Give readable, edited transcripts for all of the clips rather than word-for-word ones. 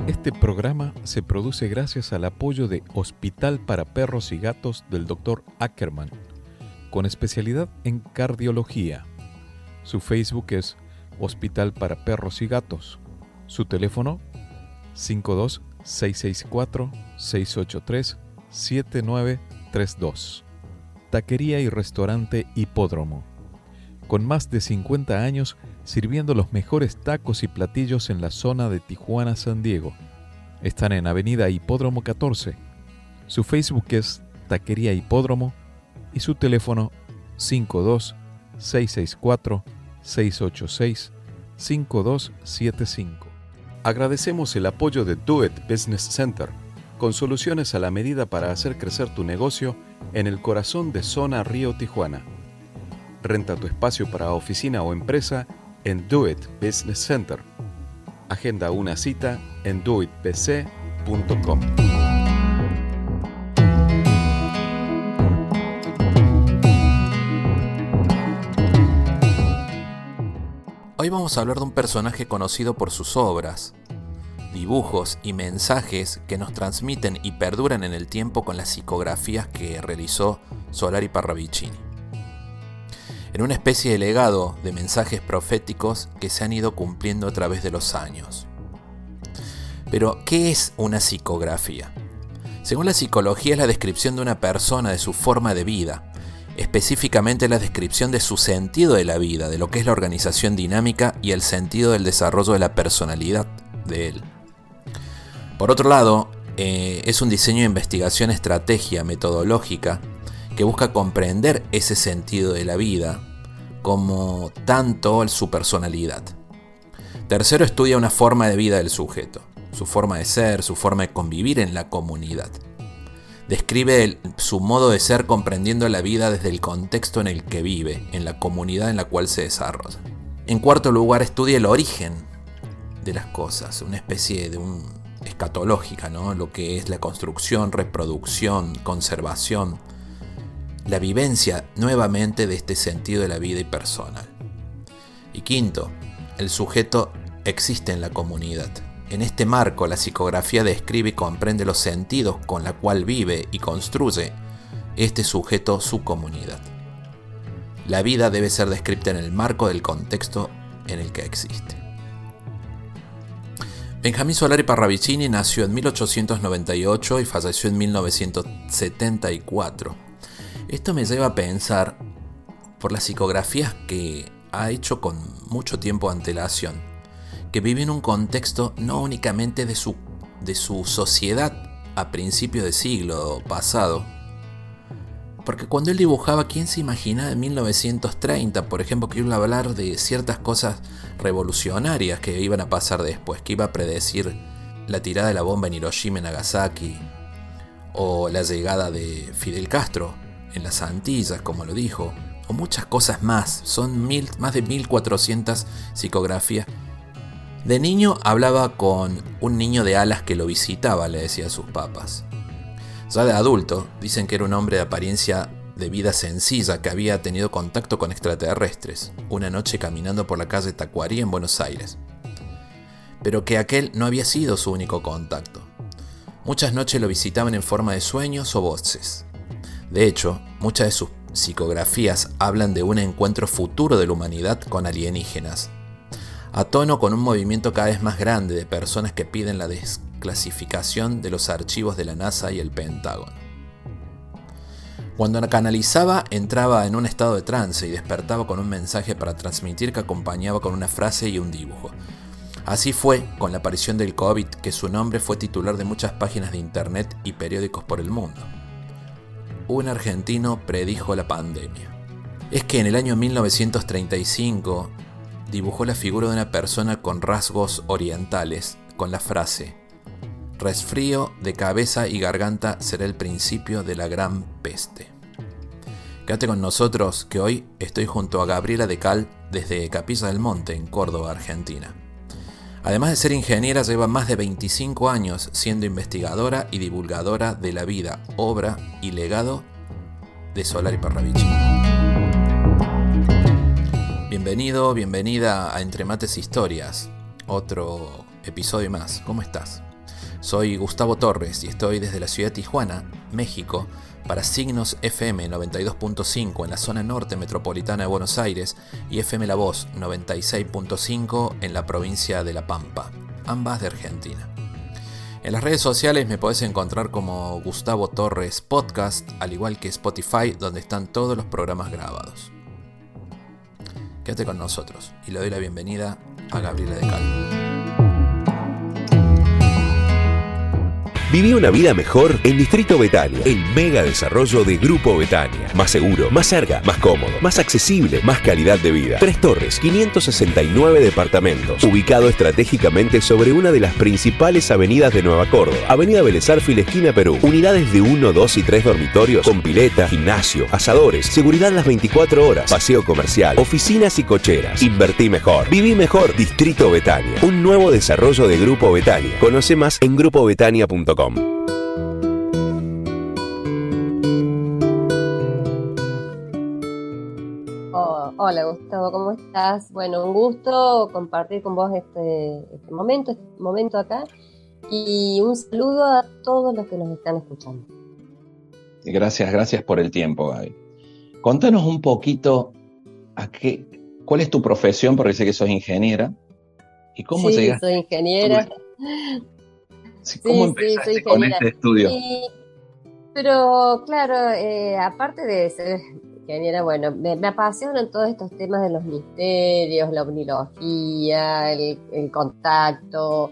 Este programa se produce gracias al apoyo de Hospital para Perros y Gatos del Dr. Ackerman, con especialidad en cardiología. Su Facebook es Hospital para Perros y Gatos. Su teléfono 52-664-683-7932. Taquería y restaurante Hipódromo. Con más de 50 años sirviendo los mejores tacos y platillos en la zona de Tijuana, San Diego. Están en Avenida Hipódromo 14. Su Facebook es Taquería Hipódromo y su teléfono 52-664-686-5275. Agradecemos el apoyo de Do It Business Center, con soluciones a la medida para hacer crecer tu negocio en el corazón de Zona Río Tijuana. Renta tu espacio para oficina o empresa en Do It Business Center. Agenda una cita en doitbc.com. Hoy vamos a hablar de un personaje conocido por sus obras, dibujos y mensajes que nos transmiten y perduran en el tiempo con las psicografías que realizó Solari Parravicini. En una especie de legado de mensajes proféticos que se han ido cumpliendo a través de los años. Pero, ¿qué es una psicografía? Según la psicología, es la descripción de una persona, de su forma de vida, específicamente la descripción de su sentido de la vida, de lo que es la organización dinámica y el sentido del desarrollo de la personalidad de él. Por otro lado, es un diseño de investigación, estrategia metodológica que busca comprender ese sentido de la vida como tanto su personalidad. Tercero, estudia una forma de vida del sujeto, su forma de ser, su forma de convivir en la comunidad. Describe su modo de ser comprendiendo la vida desde el contexto en el que vive, en la comunidad en la cual se desarrolla. En cuarto lugar, estudia el origen de las cosas, una especie de escatológica, ¿no? Lo que es la construcción, reproducción, conservación, la vivencia nuevamente de este sentido de la vida y personal. Y quinto, el sujeto existe en la comunidad. En este marco, la psicografía describe y comprende los sentidos con la cual vive y construye este sujeto su comunidad. La vida debe ser descrita en el marco del contexto en el que existe. Benjamín Solari Parravicini nació en 1898 y falleció en 1974. Esto me lleva a pensar por las psicografías que ha hecho con mucho tiempo de antelación, que vive en un contexto no únicamente de su sociedad a principios de siglo pasado, porque cuando él dibujaba, ¿quién se imaginaba en 1930, por ejemplo, que iba a hablar de ciertas cosas revolucionarias que iban a pasar después, que iba a predecir la tirada de la bomba en Hiroshima y Nagasaki, o la llegada de Fidel Castro en las Antillas, como lo dijo, o muchas cosas más? Son más de 1400 psicografías. De niño hablaba con un niño de alas que lo visitaba, le decía a sus papás. Ya de adulto, dicen que era un hombre de apariencia de vida sencilla que había tenido contacto con extraterrestres, una noche caminando por la calle Tacuarí en Buenos Aires. Pero que aquel no había sido su único contacto. Muchas noches lo visitaban en forma de sueños o voces. De hecho, muchas de sus psicografías hablan de un encuentro futuro de la humanidad con alienígenas, a tono con un movimiento cada vez más grande de personas que piden la desclasificación de los archivos de la NASA y el Pentágono. Cuando la canalizaba, entraba en un estado de trance y despertaba con un mensaje para transmitir que acompañaba con una frase y un dibujo. Así fue con la aparición del COVID, que su nombre fue titular de muchas páginas de internet y periódicos por el mundo. Un argentino predijo la pandemia. Es que en el año 1935 dibujó la figura de una persona con rasgos orientales, con la frase: resfrío de cabeza y garganta será el principio de la gran peste. Quédate con nosotros, que hoy estoy junto a Gabriela de Cal desde Capilla del Monte, en Córdoba, Argentina. Además de ser ingeniera, lleva más de 25 años siendo investigadora y divulgadora de la vida, obra y legado de Solari Parravicini. Bienvenido, bienvenida a Entre Mates Historias, otro episodio más. ¿Cómo estás? Soy Gustavo Torres y estoy desde la ciudad de Tijuana, México, para Signos FM 92.5 en la zona norte metropolitana de Buenos Aires y FM La Voz 96.5 en la provincia de La Pampa, ambas de Argentina. En las redes sociales me podés encontrar como Gustavo Torres Podcast, al igual que Spotify, donde están todos los programas grabados. Quédate con nosotros y le doy la bienvenida a Gabriela de Cal. Viví una vida mejor en Distrito Betania, el mega desarrollo de Grupo Betania. Más seguro, más cerca, más cómodo, más accesible, más calidad de vida. 3 torres, 569 departamentos, ubicado estratégicamente sobre una de las principales avenidas de Nueva Córdoba. Avenida Vélez Arfiel, esquina Perú. Unidades de 1, 2 y 3 dormitorios con pileta, gimnasio, asadores, seguridad las 24 horas, paseo comercial, oficinas y cocheras. Invertí mejor, viví mejor. Distrito Betania, un nuevo desarrollo de Grupo Betania. Conoce más en grupobetania.com. Hola Gustavo, ¿cómo estás? Bueno, un gusto compartir con vos este momento acá y un saludo a todos los que nos están escuchando. Gracias por el tiempo, Gaby. Contanos un poquito cuál es tu profesión, porque sé que sos ingeniera, y cómo llegaste. Sí, soy ingeniera. ¿Cómo empezaste con este estudio? Pero claro, aparte de ser ingeniera, bueno, me apasionan todos estos temas de los misterios, la ovnilogía, el contacto,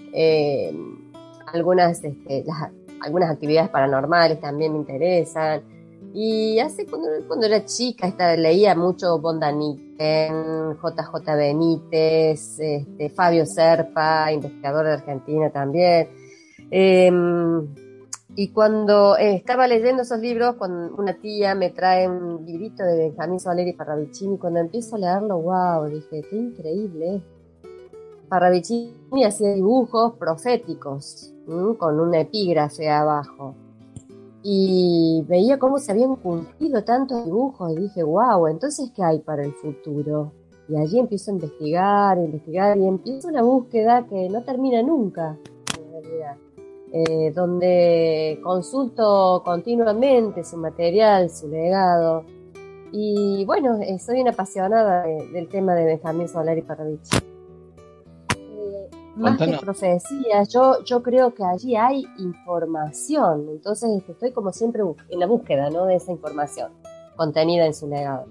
algunas actividades paranormales también me interesan. Y cuando era chica leía mucho Von Daniken, JJ Benítez, Fabio Serpa, investigador de Argentina también. Y cuando estaba leyendo esos libros, cuando una tía me trae un librito de Benjamín Soler y Parravicini, cuando empiezo a leerlo, wow, dije, qué increíble. Parravicini hacía dibujos proféticos, con un epígrafe abajo. Y veía cómo se habían cumplido tantos dibujos y dije, wow, entonces ¿qué hay para el futuro? Y allí empiezo a investigar y empiezo una búsqueda que no termina nunca, en realidad. Donde consulto continuamente su material, su legado. Y bueno, soy una apasionada del tema de Benjamín Soler y Parravicini. Más que profecías, yo creo que allí hay información, entonces estoy como siempre en la búsqueda, ¿no?, de esa información contenida en su legado.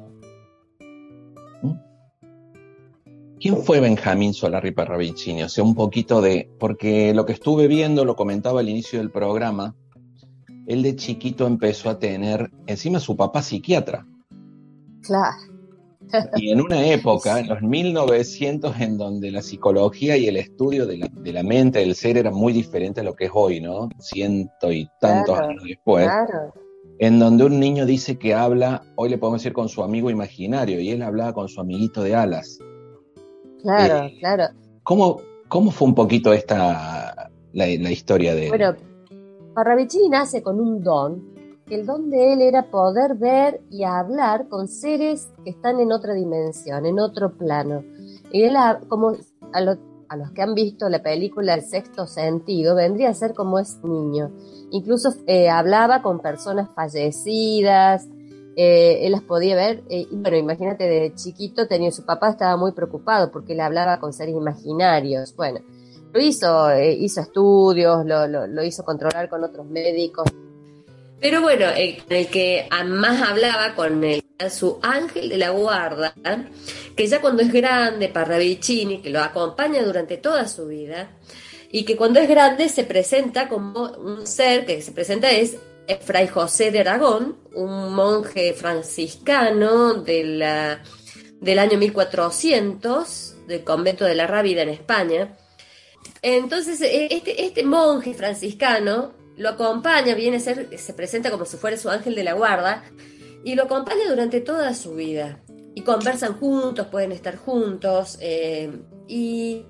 ¿Quién fue Benjamín Soler y Parravicini? O sea, un poquito porque lo que estuve viendo, lo comentaba al inicio del programa, él de chiquito empezó a tener, encima su papá psiquiatra. Claro. Y en una época, en los 1900, en donde la psicología y el estudio de la mente, del ser, era muy diferente a lo que es hoy, ¿no? 100 y tantos años después. Claro. En donde un niño dice que habla, hoy le podemos decir con su amigo imaginario, y él hablaba con su amiguito de alas. Claro, claro. ¿Cómo fue un poquito la historia de él? Bueno, Parravicini nace con un don. El don de él era poder ver y hablar con seres que están en otra dimensión, en otro plano. Y él, como a los que han visto la película El Sexto Sentido, vendría a ser como ese niño. Incluso hablaba con personas fallecidas, él las podía ver. Bueno, imagínate, de chiquito su papá estaba muy preocupado porque él hablaba con seres imaginarios. Bueno, lo hizo estudios, lo hizo controlar con otros médicos. Pero bueno, el que más hablaba con su ángel de la guarda, que ya cuando es grande, Parravicini, que lo acompaña durante toda su vida, y que cuando es grande se presenta como un ser que se presenta es Fray José de Aragón, un monje franciscano del año 1400, del convento de la Rábida en España. Entonces, este monje franciscano lo acompaña, se presenta como si fuera su ángel de la guarda, y lo acompaña durante toda su vida. Y conversan juntos, pueden estar juntos, y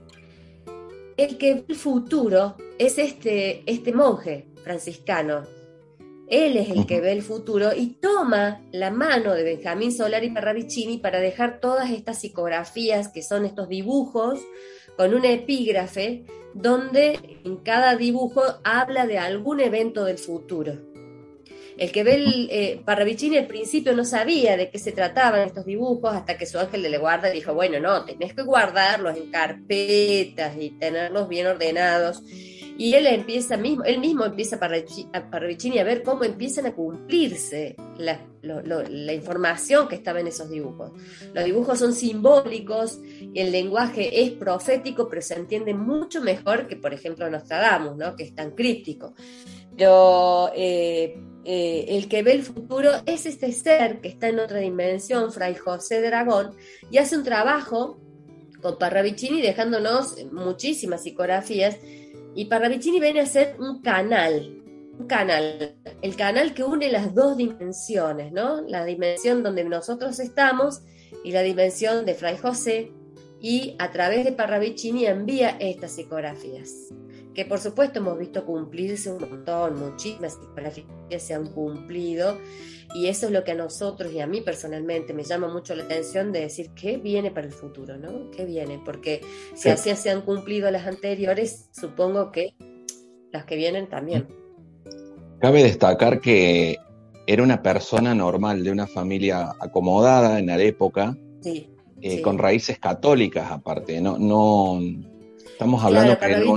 el que ve el futuro es este monje franciscano. Él es el que ve el futuro y toma la mano de Benjamín Solari Parravicini para dejar todas estas psicografías, que son estos dibujos, con un epígrafe, donde en cada dibujo habla de algún evento del futuro. El que ve Parravicini al principio no sabía de qué se trataban estos dibujos, hasta que su ángel de la guarda dijo, bueno, no, tenés que guardarlos en carpetas y tenerlos bien ordenados. Y él mismo empieza a Parravicini a ver cómo empiezan a cumplirse la información que estaba en esos dibujos. Los dibujos son simbólicos, y el lenguaje es profético, pero se entiende mucho mejor que, por ejemplo, Nostradamus, ¿no? Que es tan críptico. Pero el que ve el futuro es este ser que está en otra dimensión, Fray José de Aragón, y hace un trabajo con Parravicini dejándonos muchísimas psicografías, y Parravicini viene a ser un canal, el canal que une las dos dimensiones, ¿no? La dimensión donde nosotros estamos y la dimensión de Fray José, y a través de Parravicini envía estas psicografías, que por supuesto hemos visto cumplirse un montón, muchísimas psicografías se han cumplido, y eso es lo que a nosotros y a mí personalmente me llama mucho la atención, de decir qué viene para el futuro, ¿no? ¿Qué viene? Porque si así se han cumplido las anteriores, supongo que las que vienen también. Cabe destacar que era una persona normal, de una familia acomodada en la época, sí. Con raíces católicas aparte, no estamos hablando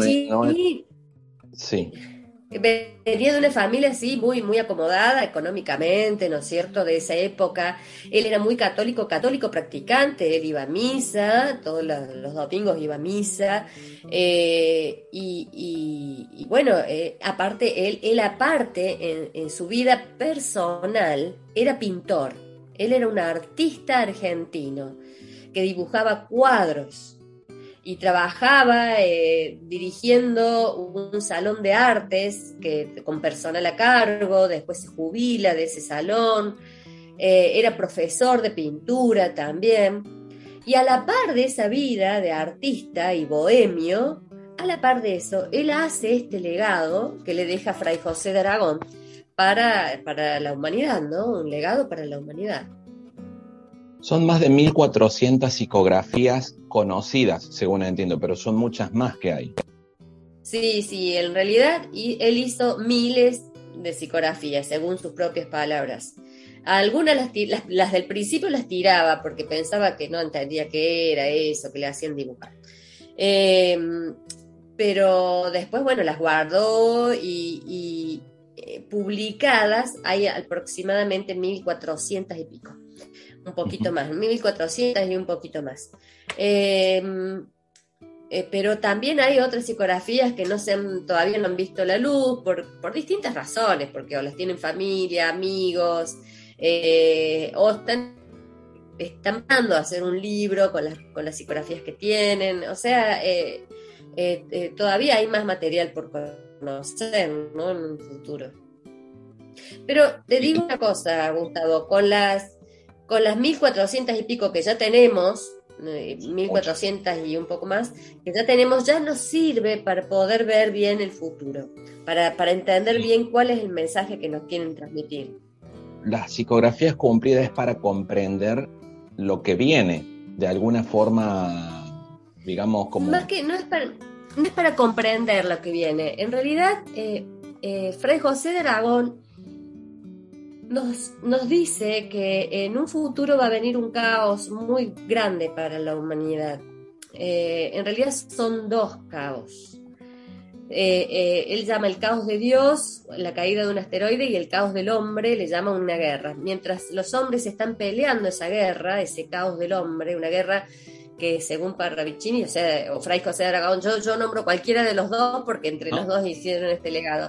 sí. Venía de una familia así muy, muy acomodada económicamente, ¿no es cierto?, de esa época. Él era muy católico practicante, él iba a misa, todos los domingos iba a misa, y bueno, aparte, él aparte en su vida personal era pintor. Él era un artista argentino que dibujaba cuadros y trabajaba dirigiendo un salón de artes con personal a cargo. Después se jubila de ese salón, era profesor de pintura también, y a la par de esa vida de artista y bohemio, a la par de eso, él hace este legado que le deja Fray José de Aragón para la humanidad, ¿no? Un legado para la humanidad. Son más de 1.400 psicografías conocidas, según entiendo, pero son muchas más que hay. Sí, en realidad él hizo miles de psicografías, según sus propias palabras. Algunas las del principio las tiraba porque pensaba que no entendía qué era eso, que le hacían dibujar. Pero después, bueno, las guardó y publicadas hay aproximadamente 1.400 y pico. Un poquito más, 1.400 y un poquito más. Pero también hay otras psicografías que todavía no han visto la luz por distintas razones, porque o las tienen familia, amigos, o están dando a hacer un libro con las psicografías que tienen. O sea, todavía hay más material por conocer, ¿no?, en un futuro. Pero te digo una cosa, Gustavo, con las 1.400 y pico que ya tenemos, 1.400 y un poco más, que ya tenemos, ya nos sirve para poder ver bien el futuro, para entender bien cuál es el mensaje que nos quieren transmitir. Las psicografías cumplidas es para comprender lo que viene, de alguna forma, digamos, como... Más que no es para comprender lo que viene. En realidad, Fray José de Aragón nos dice que en un futuro va a venir un caos muy grande para la humanidad. En realidad son dos caos. Él llama el caos de Dios, la caída de un asteroide, y el caos del hombre le llama una guerra. Mientras los hombres están peleando esa guerra, ese caos del hombre, una guerra que según Parravicini, o Fray José de Aragón, yo nombro cualquiera de los dos porque entre los dos hicieron este legado.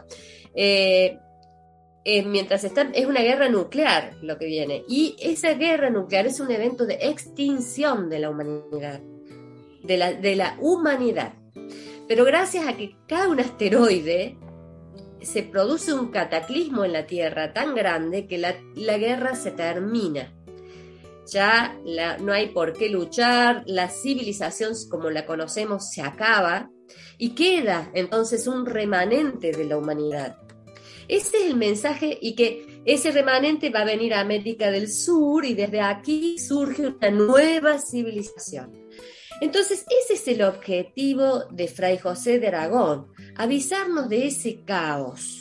Mientras es una guerra nuclear lo que viene, y esa guerra nuclear es un evento de extinción de la humanidad, de la humanidad. Pero gracias a que cae un asteroide, se produce un cataclismo en la Tierra tan grande que la guerra se termina. Ya no hay por qué luchar, la civilización como la conocemos se acaba, y queda entonces un remanente de la humanidad. Ese es el mensaje, y que ese remanente va a venir a América del Sur y desde aquí surge una nueva civilización. Entonces, ese es el objetivo de Fray José de Aragón, avisarnos de ese caos.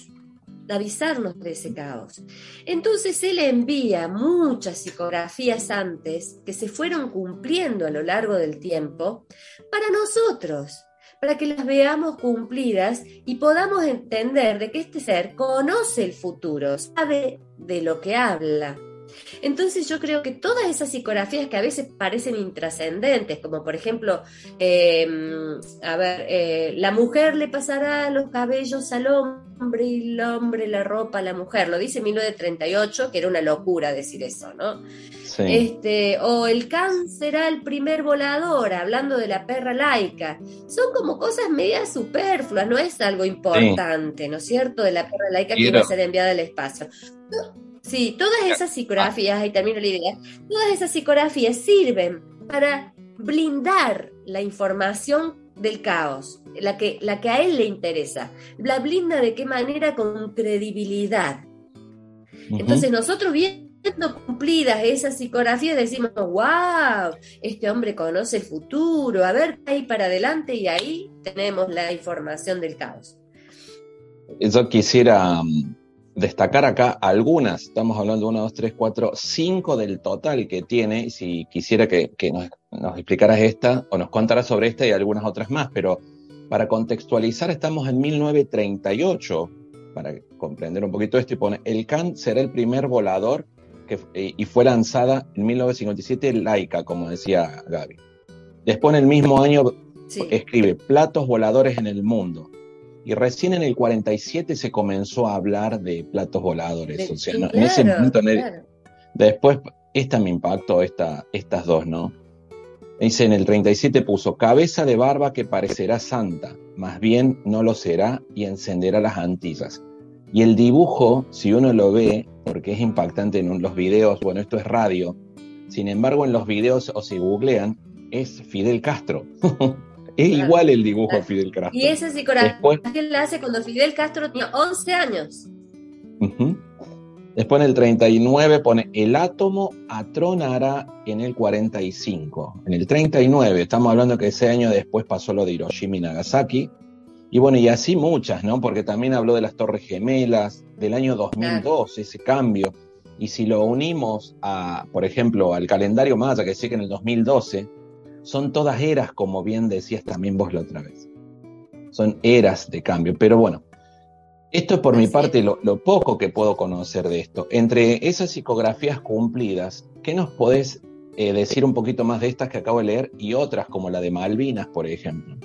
Entonces él envía muchas psicografías antes que se fueron cumpliendo a lo largo del tiempo para nosotros, para que las veamos cumplidas y podamos entender de que este ser conoce el futuro, sabe de lo que habla. Entonces yo creo que todas esas psicografías que a veces parecen intrascendentes, como por ejemplo, la mujer le pasará los cabellos al hombre y el hombre la ropa a la mujer, lo dice 1938, que era una locura decir eso, ¿no? Sí. O el Can será el primer volador, hablando de la perra laica. Son como cosas medias superfluas, no es algo importante, sí. ¿No es cierto? De la perra laica que iba a ser enviada al espacio. Sí, todas esas psicografías, ahí termino la idea, todas esas psicografías sirven para blindar la información del caos, la que a él le interesa. La blinda de qué manera, con credibilidad. Uh-huh. Entonces nosotros viendo cumplidas esas psicografías decimos, wow, este hombre conoce el futuro, a ver, ahí para adelante, y ahí tenemos la información del caos. Yo quisiera destacar acá algunas, estamos hablando de 1, 2, 3, 4, 5 del total que tiene, y si quisiera que nos explicaras esta, o nos contaras sobre esta y algunas otras más, pero para contextualizar estamos en 1938, para comprender un poquito esto, y pone, el Can será el primer volador, y fue lanzada en 1957 Laika, como decía Gaby. Después en el mismo año escribe, platos voladores en el mundo. Y recién en el 47 se comenzó a hablar de platos voladores. O sea, ¿no? En ese momento, después, esta me impactó, estas dos, ¿no? Dice, en el 37 puso, cabeza de barba que parecerá santa, más bien no lo será y encenderá las Antillas. Y el dibujo, si uno lo ve, porque es impactante en los videos, bueno, esto es radio, sin embargo en los videos, o si googlean, es Fidel Castro. Es igual el dibujo a Fidel Castro. Y esa psicografía él la hace cuando Fidel Castro tenía 11 años. Uh-huh. Después en el 39 pone, el átomo atronará en el 45. En el 39, estamos hablando que ese año después pasó lo de Hiroshima y Nagasaki. Y bueno, y así muchas, ¿no? Porque también habló de las Torres Gemelas, del año 2002, ese cambio. Y si lo unimos a, por ejemplo, al calendario maya, que sé que en el 2012... son todas eras, como bien decías también vos la otra vez. Son eras de cambio. Pero bueno, esto es por mi parte lo poco que puedo conocer de esto. Entre esas psicografías cumplidas, ¿qué nos podés decir un poquito más de estas que acabo de leer y otras como la de Malvinas, por ejemplo?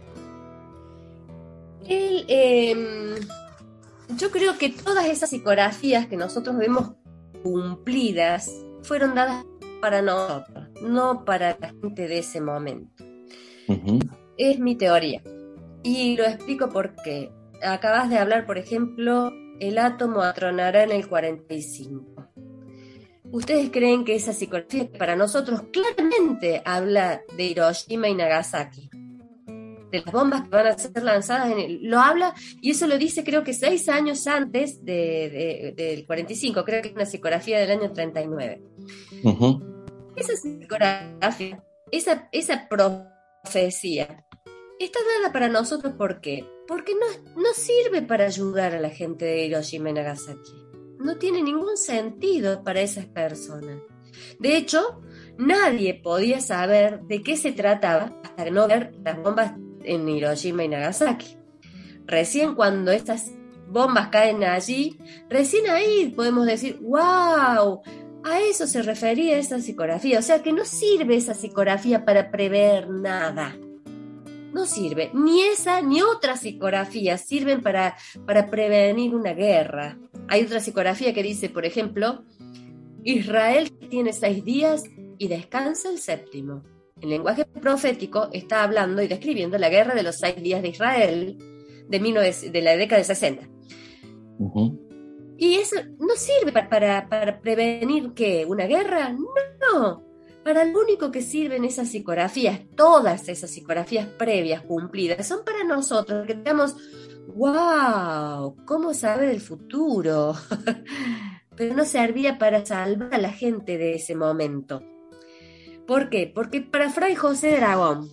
Yo creo que todas esas psicografías que nosotros vemos cumplidas fueron dadas para nosotros, no para la gente de ese momento. Uh-huh. Es mi teoría. Y lo explico porque acabas de hablar, por ejemplo, el átomo atronará en el 45. ¿Ustedes creen que esa psicografía para nosotros claramente habla de Hiroshima y Nagasaki? De las bombas que van a ser lanzadas lo habla, y eso lo dice creo que 6 años antes del 45, creo que es una psicografía del año 39. Uh-huh. Esa psicografía, esa profecía, está dada para nosotros, ¿por qué? Porque no sirve para ayudar a la gente de Hiroshima y Nagasaki. No tiene ningún sentido para esas personas. De hecho, nadie podía saber de qué se trataba hasta no ver las bombas en Hiroshima y Nagasaki. Recién cuando estas bombas caen allí, recién ahí podemos decir, ¡wow! A eso se refería esa psicografía. O sea que no sirve esa psicografía para prever nada. No sirve. Ni esa ni otra psicografía sirven para prevenir una guerra. Hay otra psicografía que dice, por ejemplo, Israel tiene 6 días y descansa el 7º. El lenguaje profético está hablando y describiendo la guerra de los 6 días de Israel de la década de 60. Uh-huh. ¿Y eso no sirve para prevenir qué? ¿Una guerra? No. Para lo único que sirven esas psicografías, todas esas psicografías previas cumplidas, son para nosotros que digamos, ¡Wow! ¿Cómo sabe del futuro? Pero no servía para salvar a la gente de ese momento. ¿Por qué? Porque para Fray José Dragón,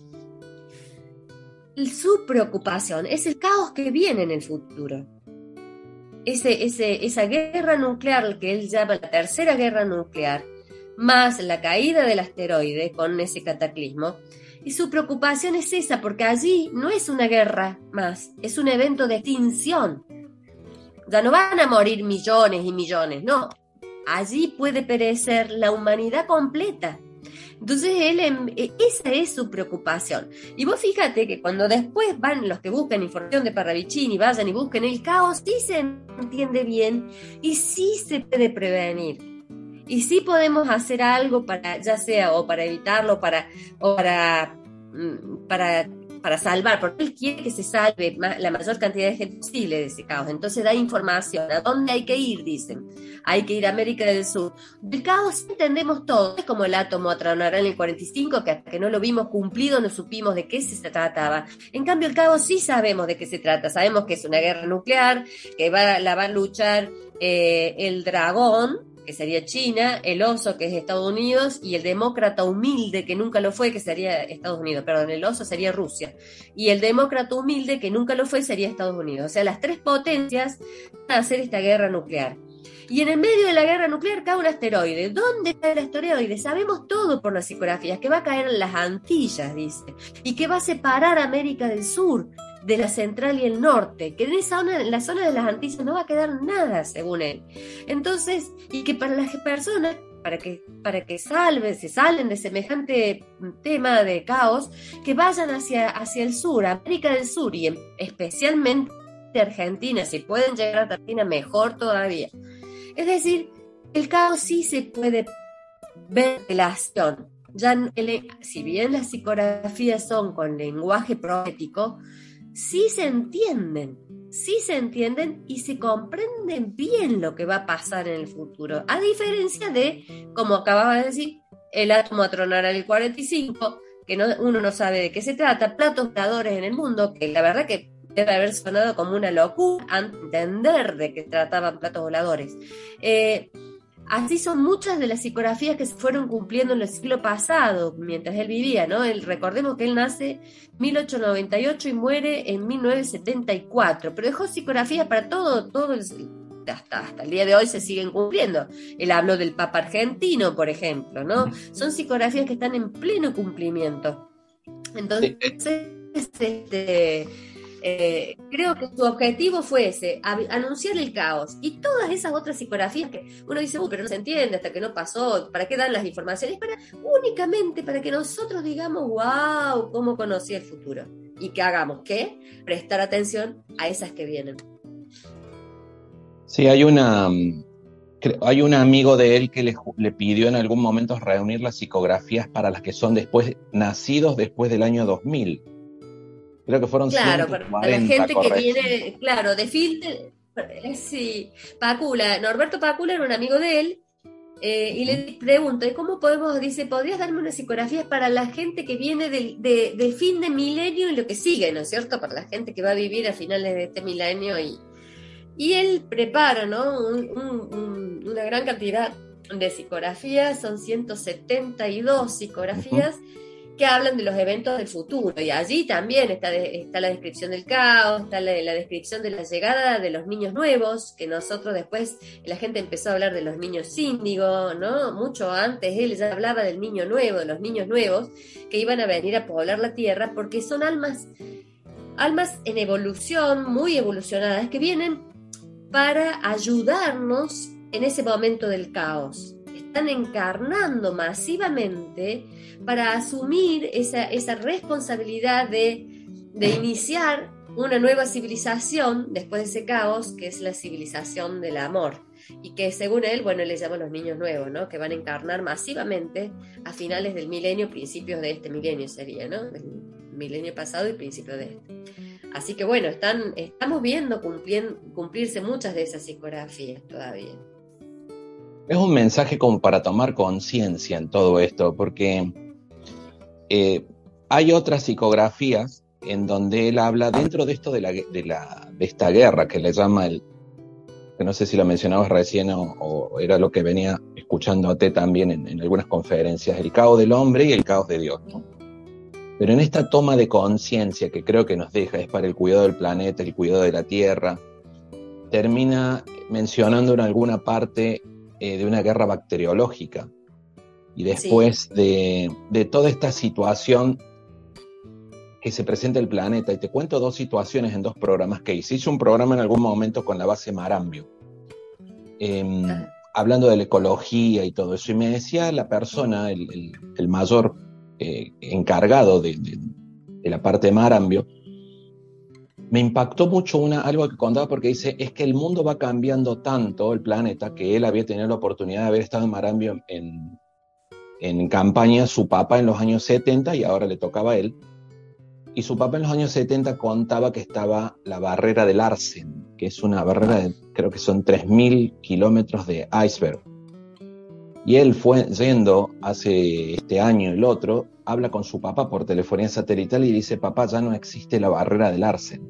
su preocupación es el caos que viene en el futuro. Esa guerra nuclear que él llama la tercera guerra nuclear, más la caída del asteroide con ese cataclismo, y su preocupación es esa, porque allí no es una guerra más, es un evento de extinción. Ya no van a morir millones y millones, no. Allí puede perecer la humanidad completa. Entonces esa es su preocupación. Y vos fíjate que cuando después van los que buscan información de Parravicini, vayan y busquen el caos, sí se entiende bien y sí se puede prevenir. Y sí podemos hacer algo para, ya sea o para evitarlo o para salvar, porque él quiere que se salve la mayor cantidad de gente posible de ese caos. Entonces da información. ¿A dónde hay que ir? Dicen. Hay que ir a América del Sur. El caos entendemos todo. Es como el átomo atronará en el 45, que hasta que no lo vimos cumplido no supimos de qué se trataba. En cambio, el caos sí sabemos de qué se trata. Sabemos que es una guerra nuclear, que la va a luchar el dragón, que sería China, el oso, que es Estados Unidos, y el demócrata humilde, que nunca lo fue, que sería Estados Unidos, perdón, el oso sería Rusia, y el demócrata humilde, que nunca lo fue, sería Estados Unidos. O sea, las tres potencias van a hacer esta guerra nuclear. Y en el medio de la guerra nuclear cae un asteroide. ¿Dónde cae el asteroide? Sabemos todo por las psicografías, que va a caer en las Antillas, dice, y que va a separar a América del Sur de la central y el norte, que en la zona de las Antillas no va a quedar nada, según él. Entonces, y que para las personas, para que se salen de semejante tema de caos, que vayan hacia el sur, América del Sur, y especialmente Argentina, si pueden llegar a Argentina, mejor todavía. Es decir, el caos sí se puede ver en la acción. Ya, si bien las psicografías son con lenguaje profético, sí se entienden y se comprenden bien lo que va a pasar en el futuro, a diferencia de, como acababa de decir, el átomo atronará en el 45, que uno no sabe de qué se trata, platos voladores en el mundo, que la verdad que debe haber sonado como una locura antes de entender de qué trataban platos voladores. Así son muchas de las psicografías que se fueron cumpliendo en el siglo pasado, mientras él vivía, ¿no? Recordemos que él nace en 1898 y muere en 1974, pero dejó psicografías para todo hasta el día de hoy se siguen cumpliendo. Él habló del Papa argentino, por ejemplo, ¿no? Son psicografías que están en pleno cumplimiento. Entonces, creo que su objetivo fue ese, anunciar el caos, y todas esas otras psicografías que uno dice, pero no se entiende hasta que no pasó, ¿para qué dan las informaciones? Únicamente para que nosotros digamos, wow, cómo conocí el futuro, y que hagamos, ¿qué? Prestar atención a esas que vienen. Sí, hay un amigo de él que le pidió en algún momento reunir las psicografías para las que son nacidos después del año 2000. Creo que fueron 140, para la gente correcto. Que viene, claro, de Filter, sí, Pacula, Norberto Pacula era un amigo de él, y le pregunto, ¿cómo podemos? Dice, ¿podrías darme unas psicografías para la gente que viene de fin de milenio y lo que sigue, ¿no es cierto? Para la gente que va a vivir a finales de este milenio, y él prepara, ¿no? Una gran cantidad de psicografías, son 172 psicografías, que hablan de los eventos del futuro, y allí también está la descripción del caos, está la descripción de la llegada de los niños nuevos, que nosotros después, la gente empezó a hablar de los niños índigo, ¿no? Mucho antes él ya hablaba del niño nuevo, de los niños nuevos, que iban a venir a poblar la tierra, porque son almas en evolución, muy evolucionadas, que vienen para ayudarnos en ese momento del caos. Están encarnando masivamente para asumir esa responsabilidad de iniciar una nueva civilización después de ese caos, que es la civilización del amor, y que según él, bueno, él le llama los niños nuevos, ¿no? Que van a encarnar masivamente a finales del milenio, principios de este milenio sería, ¿no? Del milenio pasado y principios de este. Así que bueno, estamos viendo cumplirse muchas de esas psicografías todavía. Es un mensaje como para tomar conciencia en todo esto, porque hay otras psicografías en donde él habla dentro de esto de esta guerra que le llama que no sé si lo mencionabas recién o era lo que venía escuchándote también en algunas conferencias, el caos del hombre y el caos de Dios, ¿no? Pero en esta toma de conciencia que creo que nos deja, es para el cuidado del planeta, el cuidado de la Tierra, termina mencionando en alguna parte de una guerra bacteriológica y después de toda esta situación que se presenta el planeta. Y te cuento 2 situaciones en 2 programas que hice. Hice un programa en algún momento con la base Marambio, hablando de la ecología y todo eso, y me decía la persona, el mayor encargado de la parte de Marambio, me impactó mucho algo que contaba, porque dice, es que el mundo va cambiando tanto, el planeta, que él había tenido la oportunidad de haber estado en Marambio en campaña, su papá en los años 70, y ahora le tocaba a él. Y su papá en los años 70 contaba que estaba la barrera del Larsen, que es una barrera de, creo que son 3.000 kilómetros de iceberg. Y él fue yendo hace este año y el otro, habla con su papá por telefonía satelital y dice, papá, ya no existe la barrera del Larsen.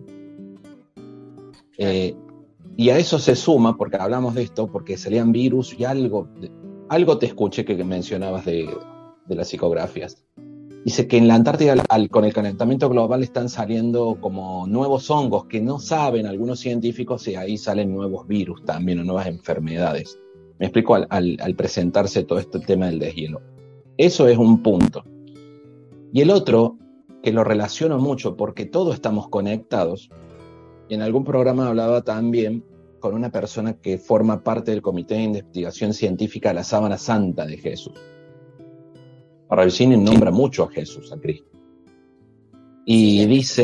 Y a eso se suma, porque hablamos de esto, porque salían virus y algo te escuché que mencionabas de las psicografías. Dice que en la Antártida, con el calentamiento global, están saliendo como nuevos hongos que no saben algunos científicos, y ahí salen nuevos virus también o nuevas enfermedades. Me explico al presentarse todo este tema del deshielo. Eso es un punto. Y el otro, que lo relaciono mucho porque todos estamos conectados, en algún programa hablaba también con una persona que forma parte del Comité de Investigación Científica de la Sábana Santa de Jesús. Parravicini nombra mucho a Jesús, a Cristo. Y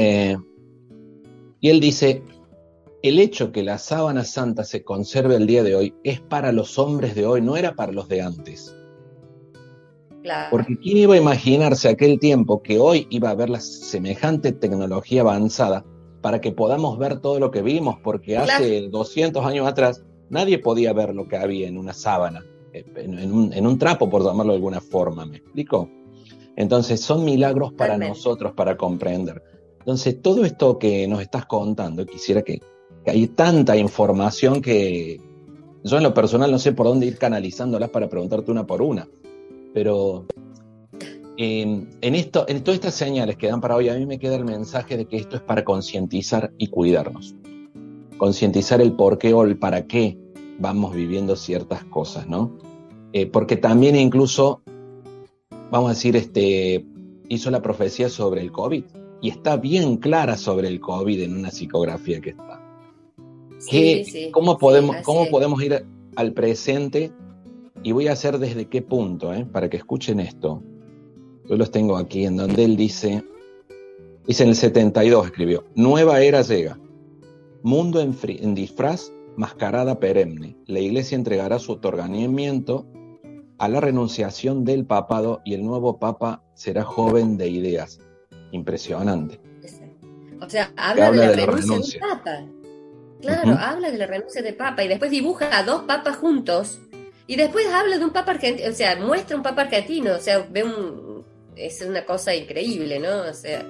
él dice, el hecho que la sábana santa se conserve el día de hoy es para los hombres de hoy, no era para los de antes. Claro. Porque ¿quién iba a imaginarse aquel tiempo que hoy iba a haber la semejante tecnología avanzada para que podamos ver todo lo que vimos? Porque hace 200 años atrás nadie podía ver lo que había en una sábana. En un trapo, por llamarlo de alguna forma, ¿me explico? Entonces son milagros para nosotros, para comprender. Entonces todo esto que nos estás contando, quisiera que hay tanta información que yo en lo personal no sé por dónde ir canalizándolas para preguntarte una por una, pero en todas estas señales que dan para hoy, a mí me queda el mensaje de que esto es para concientizar y cuidarnos, concientizar el por qué o el para qué vamos viviendo ciertas cosas, ¿no? Porque también incluso, vamos a decir, hizo la profecía sobre el COVID y está bien clara sobre el COVID en una psicografía que está. ¿Cómo podemos ir al presente? Y voy a hacer desde qué punto, para que escuchen esto. Yo los tengo aquí, en donde él dice en el 72 escribió, nueva era llega, mundo en disfraz, mascarada perenne. La Iglesia entregará su otorgamiento a la renunciación del papado y el nuevo papa será joven de ideas. Impresionante. O sea, habla de la renuncia del papa. Claro, habla de la renuncia del papa y después dibuja a 2 papas juntos y después habla de un papa argentino, o sea, muestra un papa argentino, o sea, es una cosa increíble, ¿no? O sea...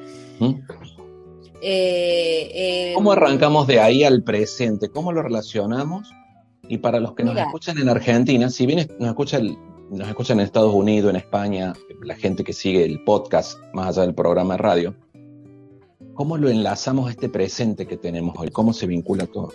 ¿Cómo arrancamos de ahí al presente? ¿Cómo lo relacionamos? Y para los que nos escuchan en Argentina, si bien nos escuchan en Estados Unidos, en España, la gente que sigue el podcast más allá del programa de radio, ¿cómo lo enlazamos a este presente que tenemos hoy? ¿Cómo se vincula todo?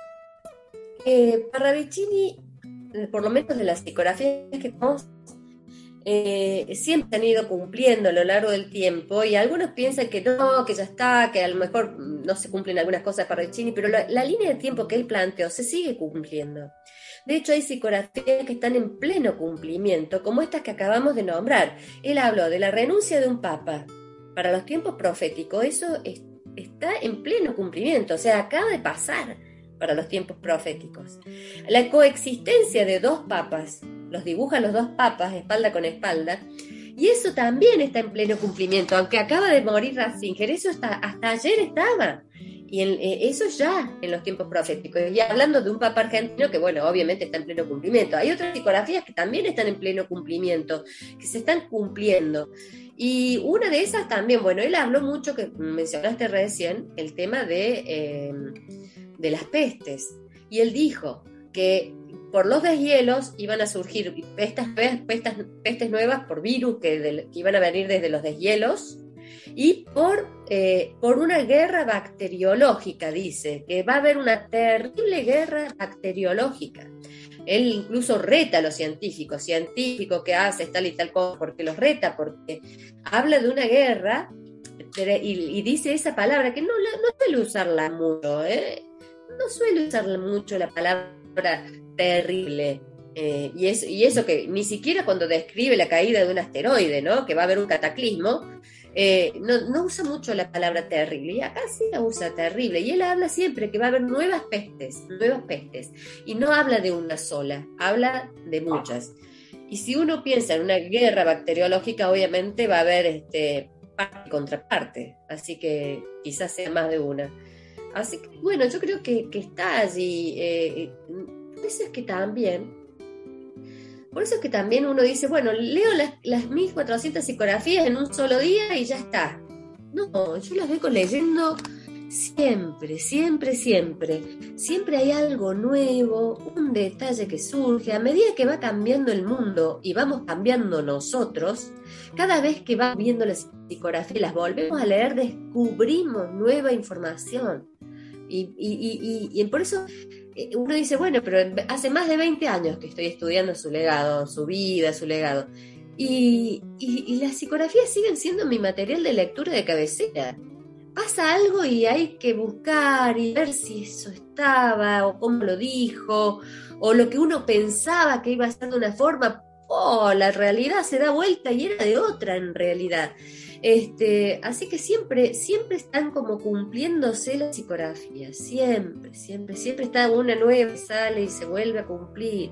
Parravicini, por lo menos de las psicografías que tenemos, siempre han ido cumpliendo a lo largo del tiempo, y algunos piensan que no, que ya está, que a lo mejor no se cumplen algunas cosas de Parravicini, pero la línea de tiempo que él planteó se sigue cumpliendo. De hecho, hay psicografías que están en pleno cumplimiento, como estas que acabamos de nombrar. Él habló de la renuncia de un papa para los tiempos proféticos. Eso está en pleno cumplimiento, o sea, acaba de pasar para los tiempos proféticos. La coexistencia de 2 papas, los dibujan los 2 papas espalda con espalda, y eso también está en pleno cumplimiento, aunque acaba de morir Ratzinger, eso hasta ayer estaba, y eso ya en los tiempos proféticos. Y hablando de un papa argentino que, bueno, obviamente está en pleno cumplimiento. Hay otras psicografías que también están en pleno cumplimiento, que se están cumpliendo. Y una de esas también, bueno, él habló mucho, que mencionaste recién, el tema de las pestes. Y él dijo que por los deshielos iban a surgir pestes nuevas por virus que iban a venir desde los deshielos, y por una guerra bacteriológica, dice, que va a haber una terrible guerra bacteriológica. Él incluso reta a los científicos que hace tal y tal cosa, porque los reta, porque habla de una guerra y dice esa palabra que no suele usarla mucho, no suele usarla mucho la palabra terrible. Y eso que ni siquiera cuando describe la caída de un asteroide, ¿no? Que va a haber un cataclismo, no usa mucho la palabra terrible, y acá sí la usa terrible, y él habla siempre que va a haber nuevas pestes, y no habla de una sola, habla de muchas. Y si uno piensa en una guerra bacteriológica, obviamente va a haber parte y contraparte, así que quizás sea más de una. Así que bueno, yo creo que está allí. Por eso es que también uno dice, bueno, leo las 1400 psicografías en un solo día y ya está. No, yo las vengo leyendo siempre. Siempre hay algo nuevo, un detalle que surge. A medida que va cambiando el mundo y vamos cambiando nosotros, cada vez que va viendo las psicografías, las volvemos a leer, descubrimos nueva información. Y por eso uno dice, bueno, pero hace más de 20 años que estoy estudiando su legado, su vida, su legado. Y las psicografías siguen siendo mi material de lectura de cabecera. Pasa algo y hay que buscar y ver si eso estaba, o cómo lo dijo, o lo que uno pensaba que iba a ser de una forma, la realidad se da vuelta y era de otra en realidad. Así que siempre están como cumpliéndose las psicografías, siempre está una nueva, sale y se vuelve a cumplir,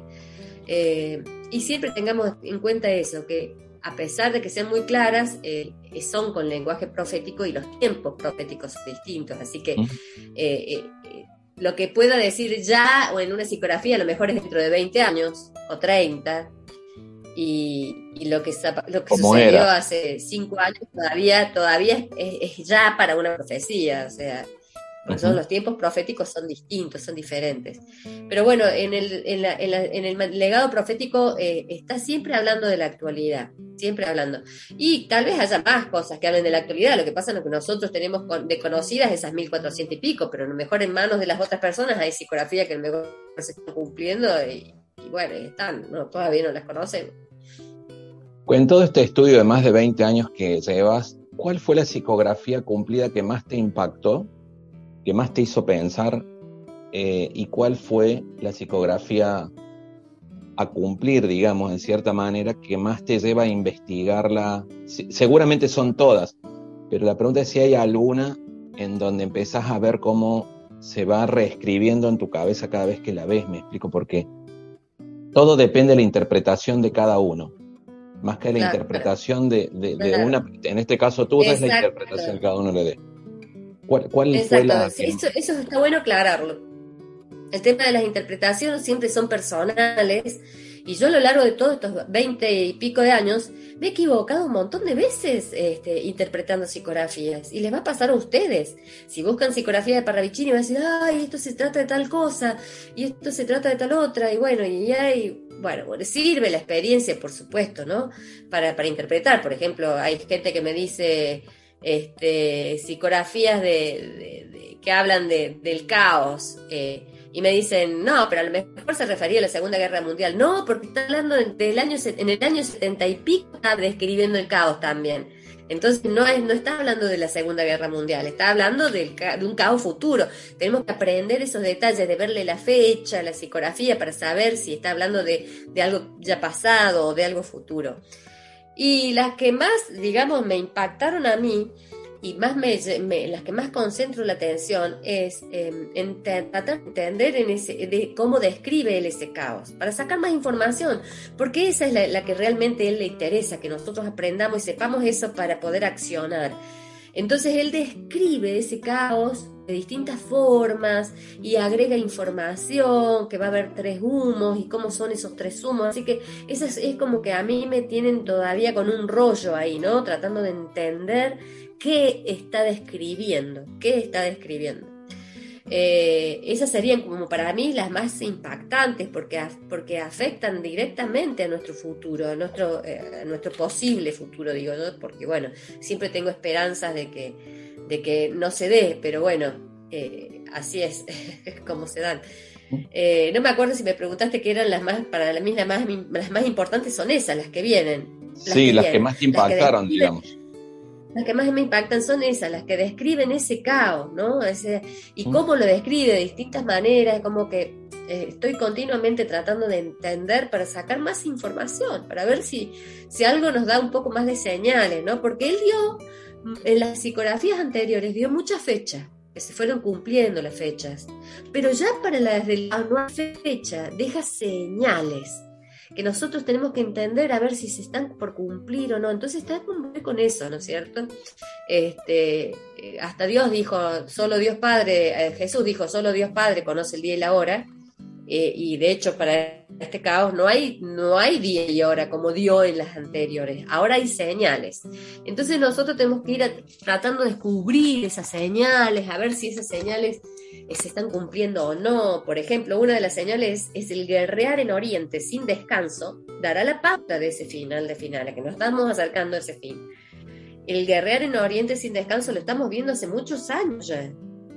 y siempre tengamos en cuenta eso, que a pesar de que sean muy claras, son con lenguaje profético y los tiempos proféticos son distintos, así que lo que pueda decir ya o en una psicografía a lo mejor es dentro de 20 años o 30, y lo que sucedió hace 5 años todavía es ya para una profecía, o sea, los tiempos proféticos son distintos, son diferentes. Pero bueno, en el legado profético está siempre hablando de la actualidad, siempre hablando. Y tal vez haya más cosas que hablen de la actualidad, lo que pasa es que nosotros tenemos de conocidas esas 1400 y pico, pero a lo mejor en manos de las otras personas hay psicografía que a lo mejor se están cumpliendo y bueno, están, todavía no las conocemos. En todo este estudio de más de 20 años que llevas, ¿cuál fue la psicografía cumplida que más te impactó, que más te hizo pensar, y cuál fue la psicografía a cumplir, digamos, en cierta manera, que más te lleva a investigarla? Seguramente son todas, pero la pregunta es si hay alguna en donde empezás a ver cómo se va reescribiendo en tu cabeza cada vez que la ves. Me explico por qué. Todo depende de la interpretación de cada uno, más que la interpretación de una, en este caso tú, es la interpretación que cada uno le dé. ¿Cuál fue la...? Sí, eso está bueno aclararlo. El tema de las interpretaciones siempre son personales, y yo a lo largo de todos estos 20 y pico de años me he equivocado un montón de veces interpretando psicografías, y les va a pasar a ustedes. Si buscan psicografía de Parravicini van a decir, ay, esto se trata de tal cosa y esto se trata de tal otra, y bueno, sirve la experiencia, por supuesto, ¿no? Para interpretar. Por ejemplo, hay gente que me dice psicografías que hablan del caos, y me dicen, no, pero a lo mejor se refería a la Segunda Guerra Mundial. No, porque está hablando en el año 70 y pico, está describiendo el caos también. Entonces no está hablando de la Segunda Guerra Mundial, está hablando de un caos futuro. Tenemos que aprender esos detalles, de verle la fecha, la psicografía, para saber si está hablando de algo ya pasado o de algo futuro. Y las que más, digamos, me impactaron a mí, y más las que más concentro la atención, es en tratar de entender de cómo describe él ese caos, para sacar más información, porque esa es la que realmente a él le interesa, que nosotros aprendamos y sepamos eso para poder accionar. Entonces él describe ese caos de distintas formas y agrega información, que va a haber 3 humos y cómo son esos 3 humos, así que eso es como que a mí me tienen todavía con un rollo ahí, ¿no? Tratando de entender qué está describiendo. Esas serían como para mí las más impactantes porque afectan directamente a nuestro futuro, a nuestro posible futuro, digo, ¿no? Porque bueno, siempre tengo esperanzas de que no se dé, pero bueno, así es como se dan. No me acuerdo si me preguntaste qué eran las más, para mí las más importantes son esas, las que vienen. Las que más te impactaron, digamos. Las que más me impactan son esas, las que describen ese caos, ¿no? Y cómo lo describe de distintas maneras, como que estoy continuamente tratando de entender para sacar más información, para ver si algo nos da un poco más de señales, ¿no? Porque él en las psicografías anteriores dio muchas fechas, que se fueron cumpliendo las fechas, pero ya para las de la nueva fecha deja señales que nosotros tenemos que entender a ver si se están por cumplir o no. Entonces está con eso, ¿no es cierto? Hasta Dios dijo, solo Dios Padre, Jesús dijo, solo Dios Padre conoce el día y la hora, y de hecho para este caos no hay día y hora como dio en las anteriores, ahora hay señales. Entonces nosotros tenemos que ir tratando de descubrir esas señales, a ver si esas señales se están cumpliendo o no. Por ejemplo, una de las señales es el guerrear en Oriente sin descanso, dará la pauta de ese final de finales, que nos estamos acercando a ese fin. El guerrear en Oriente sin descanso lo estamos viendo hace muchos años ya.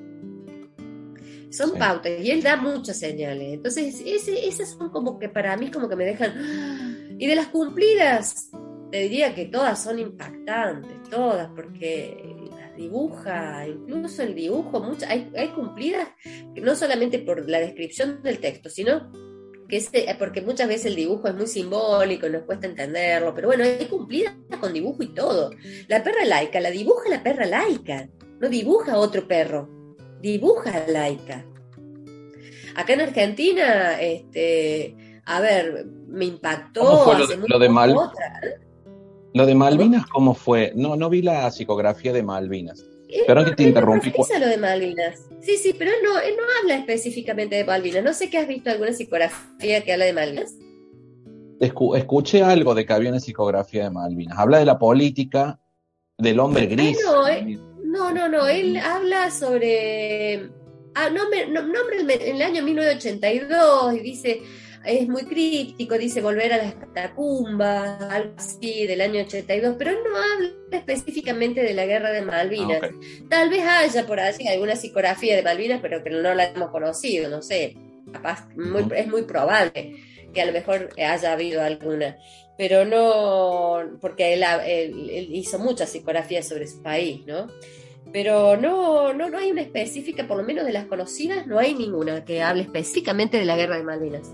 Son pautas y él da muchas señales. Entonces, esas son como que para mí como que me dejan... Y de las cumplidas, te diría que todas son impactantes, todas, porque dibuja, incluso el dibujo, hay cumplidas que no solamente por la descripción del texto, sino que porque muchas veces el dibujo es muy simbólico, nos cuesta entenderlo, pero bueno, hay cumplidas con dibujo y todo. La perra laica la dibuja la perra laica, no dibuja otro perro, dibuja a Laika. Acá en Argentina, a ver, me impactó. ¿Cómo fue lo de Malvinas? Lo de Malvinas, ¿cómo fue? No vi la psicografía de Malvinas. Perdón que te interrumpí. Lo de Malvinas. Sí, pero él no habla específicamente de Malvinas. No sé que has visto alguna psicografía que habla de Malvinas. Escuché algo de que había una picografía de Malvinas. Habla de la política, del hombre gris. No. Él habla sobre... nombra en el año 1982 y dice... Es muy críptico, dice volver a las catacumbas, algo así, del año 82, pero él no habla específicamente de la guerra de Malvinas. Okay. Tal vez haya por allí alguna psicografía de Malvinas, pero que no la hemos conocido, no sé. Capaz, es muy probable que a lo mejor haya habido alguna, pero no, porque él hizo muchas psicografías sobre su país, ¿no? Pero no hay una específica, por lo menos de las conocidas, no hay ninguna que hable específicamente de la guerra de Malvinas.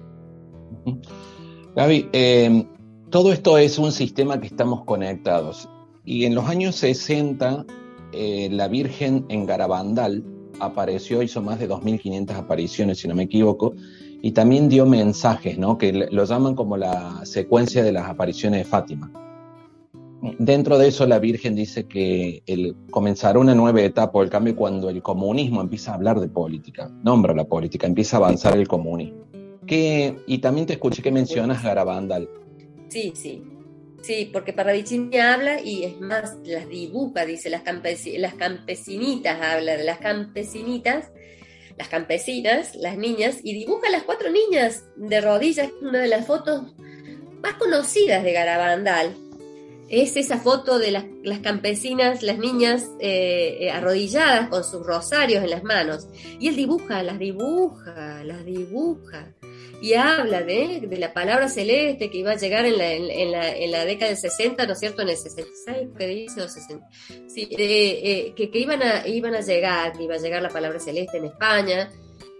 Gaby, todo esto es un sistema que estamos conectados. Y en los años 60, la Virgen en Garabandal apareció, hizo más de 2.500 apariciones, si no me equivoco, y también dio mensajes, ¿no? Que lo llaman como la secuencia de las apariciones de Fátima. Dentro de eso, la Virgen dice que comenzará una nueva etapa, el cambio, cuando el comunismo empieza a hablar de política, nombra la política, empieza a avanzar el comunismo. Y también te escuché que mencionas Garabandal. Sí, porque Parravicini habla y es más, las dibuja, dice, las campesinitas, habla de las campesinas, las niñas, y dibuja a las 4 niñas de rodillas, una de las fotos más conocidas de Garabandal. Es esa foto de las campesinas, las niñas arrodilladas con sus rosarios en las manos. Y él las dibuja. Y habla de la palabra celeste que iba a llegar en la década del 60, ¿no es cierto? En el 66, ¿qué dice? O 60. Sí, que iban a llegar, que iba a llegar la palabra celeste a España.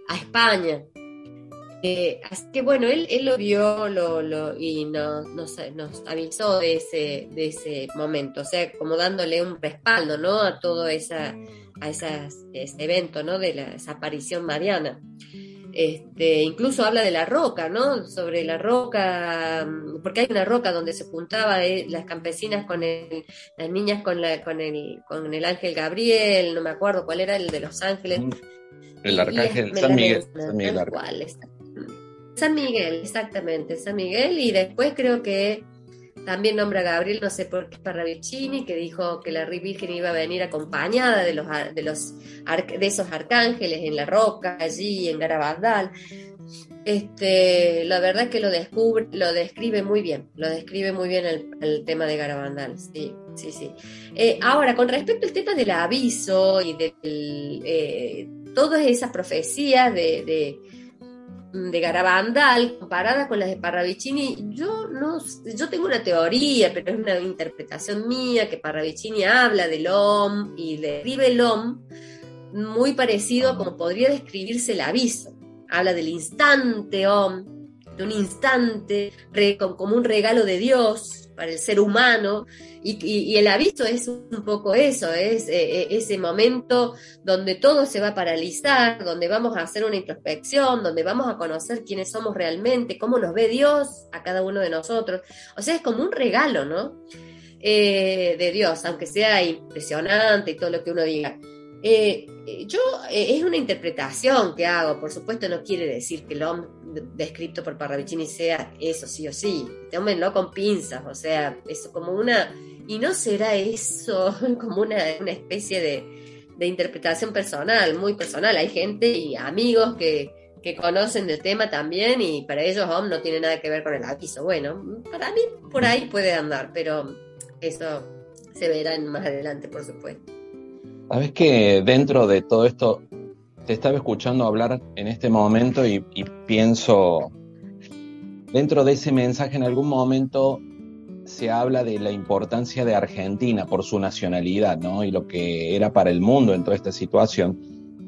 Así que bueno, él lo vio y nos avisó de ese momento, o sea, como dándole un respaldo, ¿no? A todo ese evento, ¿no? De esa aparición mariana. Incluso habla de la roca, ¿no? Sobre la roca, porque hay una roca donde se juntaban las campesinas las niñas con el ángel Gabriel, no me acuerdo cuál era el de los ángeles. El arcángel San Miguel. San Miguel, exactamente, San Miguel, y después creo que también nombra a Gabriel, no sé por qué, Parravicini, que dijo que la Virgen iba a venir acompañada de esos arcángeles en la roca, allí en Garabandal. La verdad es que lo describe muy bien el tema de Garabandal, sí. Ahora, con respecto al tema del aviso y de todas esas profecías de Garabandal comparadas con las de Parravicini, yo tengo una teoría, pero es una interpretación mía, que Parravicini habla del OM y describe el OM muy parecido a como podría describirse el aviso. Habla del instante OM, de un instante como un regalo de Dios para el ser humano, y el aviso es un poco eso, es ese momento donde todo se va a paralizar, donde vamos a hacer una introspección, donde vamos a conocer quiénes somos realmente, cómo nos ve Dios a cada uno de nosotros. O sea, es como un regalo, ¿no? De Dios, aunque sea impresionante y todo lo que uno diga. Es una interpretación que hago, por supuesto no quiere decir que el hombre descrito por Parravicini sea eso sí o sí, tómenlo con pinzas, o sea, eso como y no será eso como una especie de interpretación personal, muy personal. Hay gente y amigos que conocen del tema también, y para ellos OM no tiene nada que ver con el aviso. Bueno, para mí por ahí puede andar, pero eso se verá más adelante, por supuesto. Sabes que dentro de todo esto, te estaba escuchando hablar en este momento y pienso, dentro de ese mensaje en algún momento se habla de la importancia de Argentina por su nacionalidad, ¿no? Y lo que era para el mundo en toda esta situación.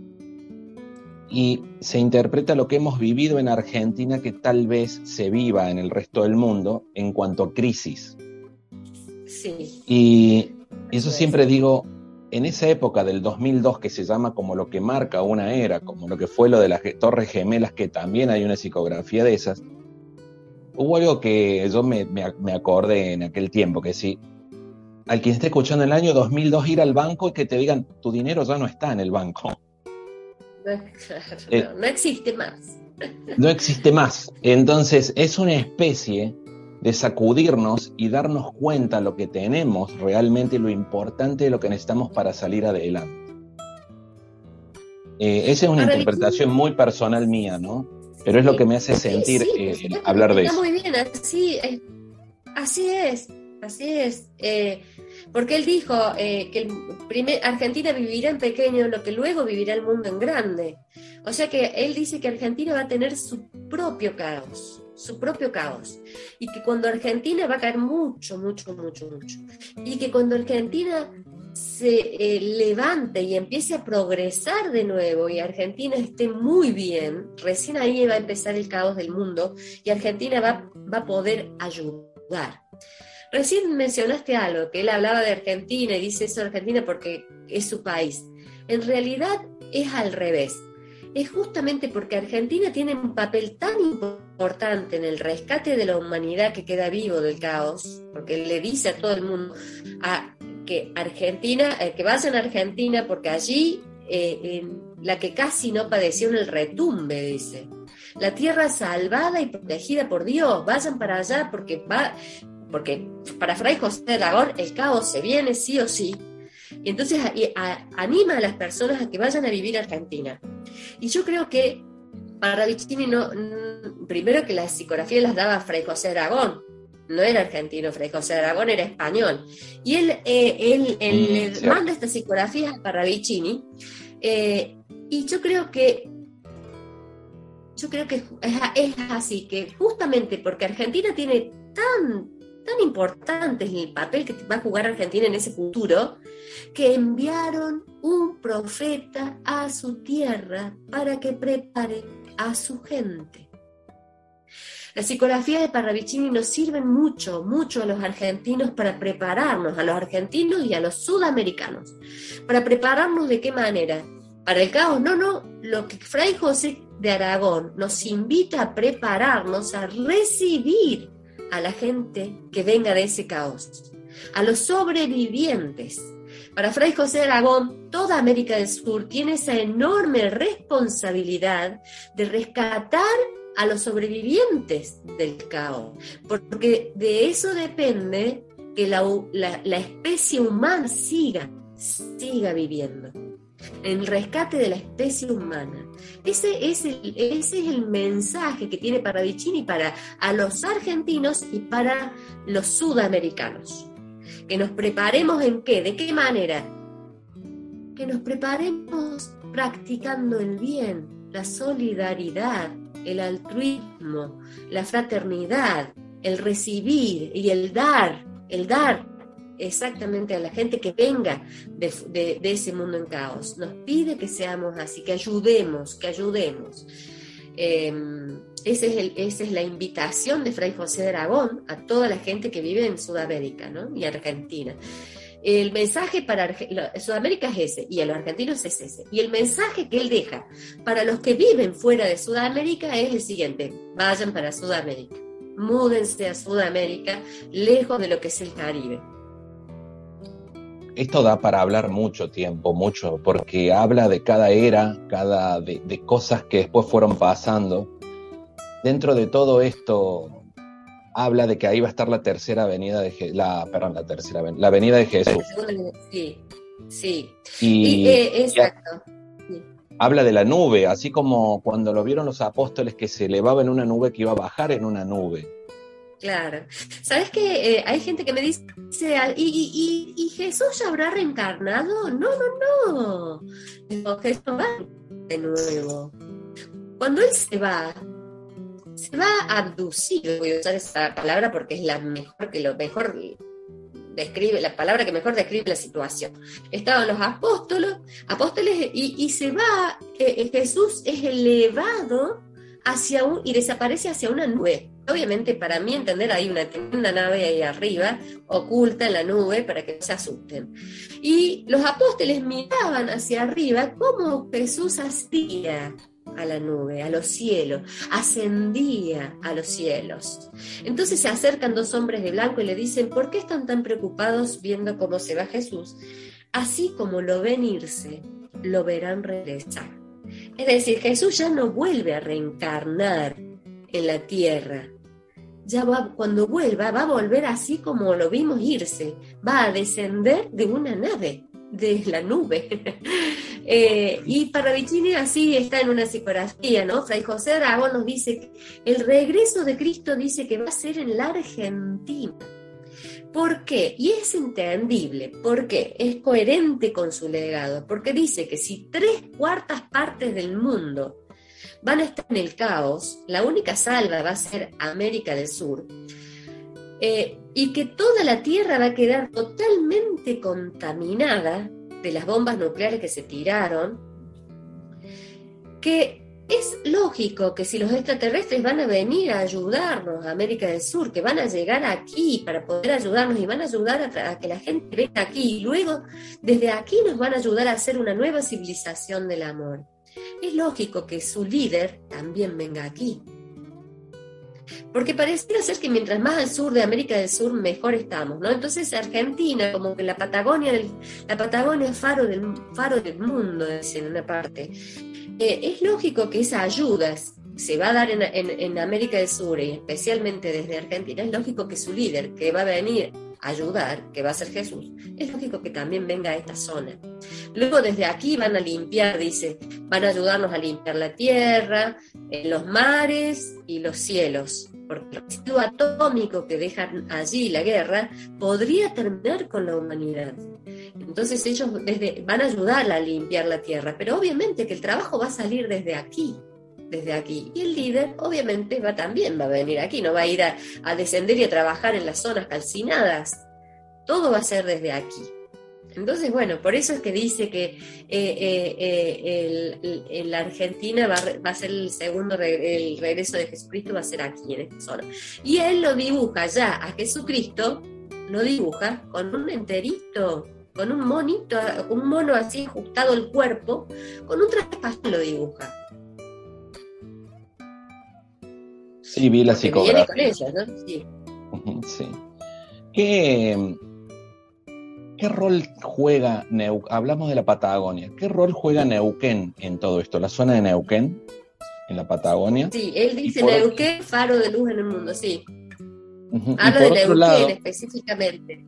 Y se interpreta lo que hemos vivido en Argentina que tal vez se viva en el resto del mundo en cuanto a crisis. Sí. Y eso siempre digo, en esa época del 2002, que se llama como lo que marca una era, como lo que fue lo de las Torres Gemelas, que también hay una psicografía de esas, hubo algo que yo me acordé en aquel tiempo, que si al quien esté escuchando en el año 2002 ir al banco y que te digan, tu dinero ya no está en el banco. No existe más. No existe más. Entonces es una especie de sacudirnos y darnos cuenta lo que tenemos realmente, lo importante de lo que necesitamos para salir adelante. Esa es una interpretación muy personal mía, ¿no? Pero es lo que me hace sentir hablar de eso. Está muy bien, así es. Porque él dijo que Argentina vivirá en pequeño lo que luego vivirá el mundo en grande. O sea que él dice que Argentina va a tener su propio caos, y que cuando Argentina va a caer mucho, y que cuando Argentina se levante y empiece a progresar de nuevo y Argentina esté muy bien, recién ahí va a empezar el caos del mundo y Argentina va a poder ayudar. Recién mencionaste algo, que él hablaba de Argentina y dice eso de Argentina porque es su país. En realidad es al revés. Es justamente porque Argentina tiene un papel tan importante en el rescate de la humanidad que queda vivo del caos, porque él le dice a todo el mundo que vayan a Argentina porque allí la que casi no padeció en el retumbe, dice. La tierra salvada y protegida por Dios, vayan para allá porque para Fray José de Aragón el caos se viene sí o sí. Y entonces anima a las personas a que vayan a vivir a Argentina. Y yo creo que Parravicini primero que las psicografías las daba Fray José de Aragón, no era argentino, Fray José de Aragón era español. Y él manda estas psicografías a Parravicini, y yo creo que es así, que justamente porque Argentina tiene tan importante el papel que va a jugar Argentina en ese futuro, que enviaron un profeta a su tierra para que prepare a su gente. Las psicografías de Parravicini nos sirven mucho a los argentinos para prepararnos, a los argentinos y a los sudamericanos. ¿Para prepararnos de qué manera? Para el caos, no, lo que Fray José de Aragón nos invita a prepararnos a recibir a la gente que venga de ese caos, a los sobrevivientes. Para Fray José de Aragón, toda América del Sur tiene esa enorme responsabilidad de rescatar a los sobrevivientes del caos, porque de eso depende que la especie humana siga viviendo, el rescate de la especie humana. Ese es el mensaje que tiene Parravicini para a los argentinos y para los sudamericanos. Que nos preparemos ¿en qué? ¿De qué manera? Que nos preparemos practicando el bien, la solidaridad, el altruismo, la fraternidad, el recibir y el dar exactamente a la gente que venga de ese mundo en caos. Nos pide que seamos así, que ayudemos. Esa es la invitación de Fray José de Aragón a toda la gente que vive en Sudamérica, ¿no? Y Argentina. El mensaje para Sudamérica es ese, y a los argentinos es ese. Y el mensaje que él deja para los que viven fuera de Sudamérica es el siguiente: vayan para Sudamérica, múdense a Sudamérica, lejos de lo que es el Caribe. Esto da para hablar mucho tiempo, porque habla de cada era, de cosas que después fueron pasando. Dentro de todo esto, habla de que ahí va a estar la tercera venida de la venida de Jesús. Sí. Exacto. Habla de la nube, así como cuando lo vieron los apóstoles, que se elevaba en una nube, que iba a bajar en una nube. Claro. ¿Sabes qué? Hay gente que me dice, ¿y Jesús ya habrá reencarnado? No. Jesús va de nuevo. Cuando él se va abducido. Voy a usar esa palabra porque es la palabra que mejor describe la situación. Estaban los apóstoles y se va, Jesús es elevado y desaparece hacia una nube. Obviamente, para mí entender, hay una nave ahí arriba, oculta en la nube, para que no se asusten. Y los apóstoles miraban hacia arriba cómo Jesús ascendía a la nube, a los cielos, ascendía a los cielos. Entonces se acercan dos hombres de blanco y le dicen: ¿por qué están tan preocupados viendo cómo se va Jesús? Así como lo ven irse, lo verán regresar. Es decir, Jesús ya no vuelve a reencarnar en la tierra. Cuando vuelva, va a volver así como lo vimos irse. Va a descender de una nave, de la nube. Y Parravicini así está en una psicografía, ¿no? Fray José de Aragón nos dice que el regreso de Cristo, dice que va a ser en la Argentina. ¿Por qué? Y es entendible. ¿Por qué? Es coherente con su legado. Porque dice que si 3/4 partes del mundo van a estar en el caos, la única salva va a ser América del Sur, y que toda la Tierra va a quedar totalmente contaminada de las bombas nucleares que se tiraron, que es lógico que si los extraterrestres van a venir a ayudarnos a América del Sur, que van a llegar aquí para poder ayudarnos y van a ayudar a que la gente venga aquí, y luego desde aquí nos van a ayudar a hacer una nueva civilización del amor, es lógico que su líder también venga aquí. Porque pareciera ser que mientras más al sur de América del Sur, mejor estamos, ¿no? Entonces Argentina, como que la Patagonia es faro del mundo, en una parte. Es lógico que esa ayuda se va a dar en América del Sur, y especialmente desde Argentina. Es lógico que su líder, que va a venir a ayudar, que va a ser Jesús, es lógico que también venga a esta zona. Luego desde aquí van a limpiar, dice, van a ayudarnos a limpiar la tierra, los mares y los cielos, porque el residuo atómico que dejan allí la guerra podría terminar con la humanidad. Entonces ellos van a ayudarla a limpiar la tierra, pero obviamente que el trabajo va a salir desde aquí. Y el líder obviamente también va a venir aquí, no va a ir a descender y a trabajar en las zonas calcinadas. Todo va a ser desde aquí. Entonces, bueno, por eso es que dice que la Argentina va a ser el regreso de Jesucristo va a ser aquí, en esta zona. Y él lo dibuja ya, a Jesucristo lo dibuja con un enterito, con un monito, un mono así ajustado al cuerpo, con un traje espacial lo dibuja. Sí, vi la psicografía. Viene con ella, ¿no? Sí. Sí. ¿Qué rol juega hablamos de la Patagonia? ¿Qué rol juega Neuquén en todo esto? ¿La zona de Neuquén en la Patagonia? Sí, él dice Neuquén, faro de luz en el mundo, sí. Habla de Neuquén específicamente.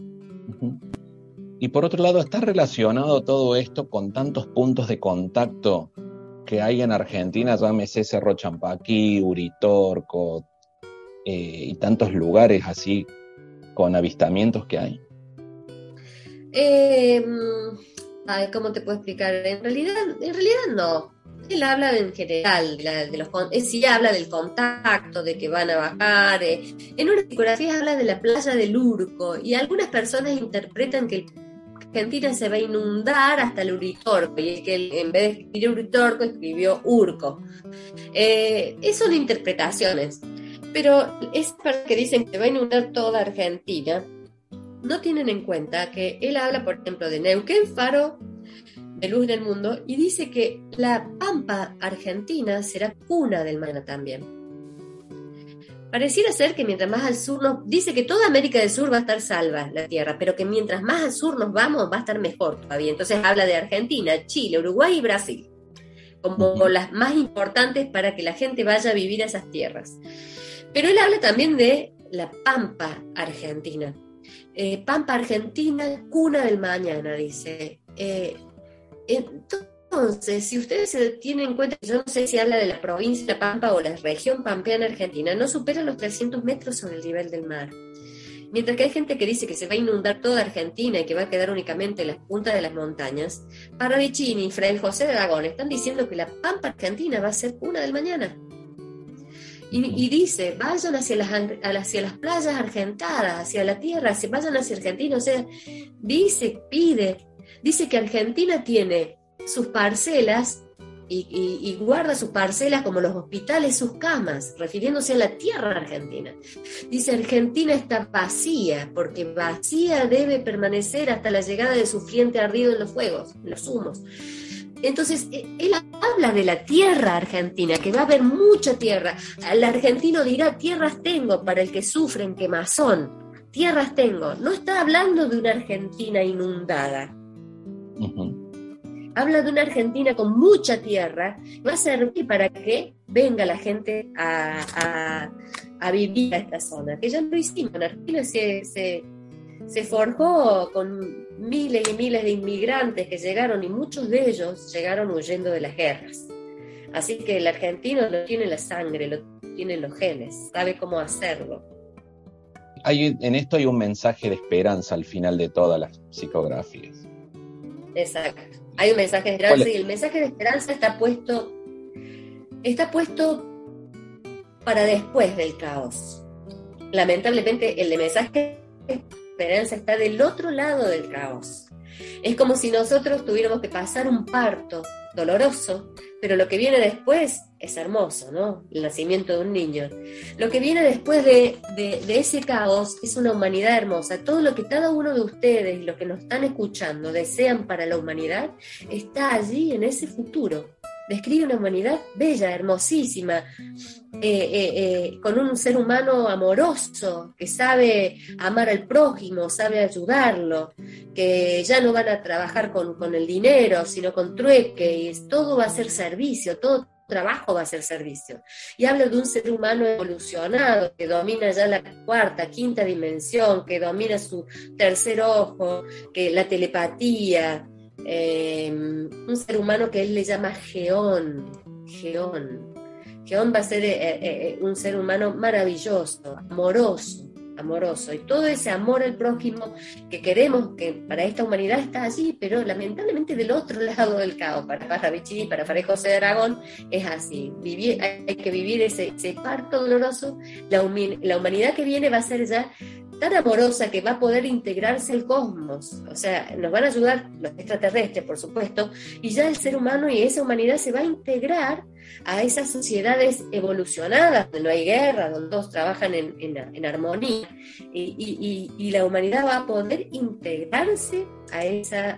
Y por otro lado, ¿está relacionado todo esto con tantos puntos de contacto que hay en Argentina? Llámese Cerro Champaquí, Uritorco, y tantos lugares así con avistamientos que hay. ¿Cómo te puedo explicar? En realidad no. Él habla en general, sí habla del contacto, de que van a bajar. En una psicografía habla de la playa del Urco, y algunas personas interpretan que Argentina se va a inundar hasta el Uritorco, y es que él, en vez de escribir Uritorco, escribió Urco. Son interpretaciones, pero esas personas que dicen que va a inundar toda Argentina no tienen en cuenta que él habla, por ejemplo, de Neuquén, faro de luz del mundo, y dice que la pampa argentina será cuna del mañana también. Pareciera ser que mientras más al sur dice que toda América del Sur va a estar salva, la tierra, pero que mientras más al sur nos vamos va a estar mejor todavía. Entonces habla de Argentina, Chile, Uruguay y Brasil como las más importantes para que la gente vaya a vivir a esas tierras. Pero él habla también de la pampa argentina. Pampa argentina, cuna del mañana, dice. Entonces, si ustedes se tienen en cuenta, yo no sé si habla de la provincia de La Pampa o la región pampeana argentina, no supera los 300 metros sobre el nivel del mar. Mientras que hay gente que dice que se va a inundar toda Argentina y que va a quedar únicamente las puntas de las montañas, Parravicini y Fray José de Aragón están diciendo que la Pampa argentina va a ser cuna del mañana. Y dice, vayan hacia las playas argentadas, hacia la tierra, vayan hacia Argentina. O sea, dice que Argentina tiene sus parcelas y guarda sus parcelas como los hospitales, sus camas, refiriéndose a la tierra argentina. Dice, Argentina está vacía, porque vacía debe permanecer hasta la llegada de su frente ardido en los fuegos, en los humos. Entonces, él habla de la tierra argentina, que va a haber mucha tierra. El argentino dirá, tierras tengo, para el que sufre en quemazón. Tierras tengo. No está hablando de una Argentina inundada. Habla de una Argentina con mucha tierra. Va a servir para que venga la gente a vivir a esta zona. Que ya lo hicimos. En Argentina se forjó con miles y miles de inmigrantes que llegaron, y muchos de ellos llegaron huyendo de las guerras. Así que el argentino lo tiene en la sangre, lo tiene en los genes, sabe cómo hacerlo. En esto hay un mensaje de esperanza al final de todas las psicografías. Exacto. Hay un mensaje de esperanza, y el mensaje de esperanza está puesto para después del caos. Lamentablemente, el mensaje de esperanza está del otro lado del caos. Es como si nosotros tuviéramos que pasar un parto doloroso, pero lo que viene después es hermoso, ¿no? El nacimiento de un niño. Lo que viene después de ese caos es una humanidad hermosa. Todo lo que cada uno de ustedes y los que nos están escuchando desean para la humanidad está allí en ese futuro. Describe una humanidad bella, hermosísima, con un ser humano amoroso, que sabe amar al prójimo, sabe ayudarlo, que ya no van a trabajar con el dinero, sino con trueque, y todo va a ser servicio, todo trabajo va a ser servicio. Y habla de un ser humano evolucionado, que domina ya la cuarta, quinta dimensión, que domina su tercer ojo, que la telepatía, un ser humano que él le llama Geón va a ser un ser humano maravilloso, amoroso, y todo ese amor al prójimo que queremos que para esta humanidad está allí, pero lamentablemente del otro lado del caos. Para Parravicini, para Fray José de Aragón, es así. Hay que vivir ese parto doloroso. La humanidad que viene va a ser ya tan amorosa que va a poder integrarse al cosmos. O sea, nos van a ayudar los extraterrestres, por supuesto, y ya el ser humano y esa humanidad se va a integrar a esas sociedades evolucionadas, donde no hay guerra, donde todos trabajan en armonía, y la humanidad va a poder integrarse a esa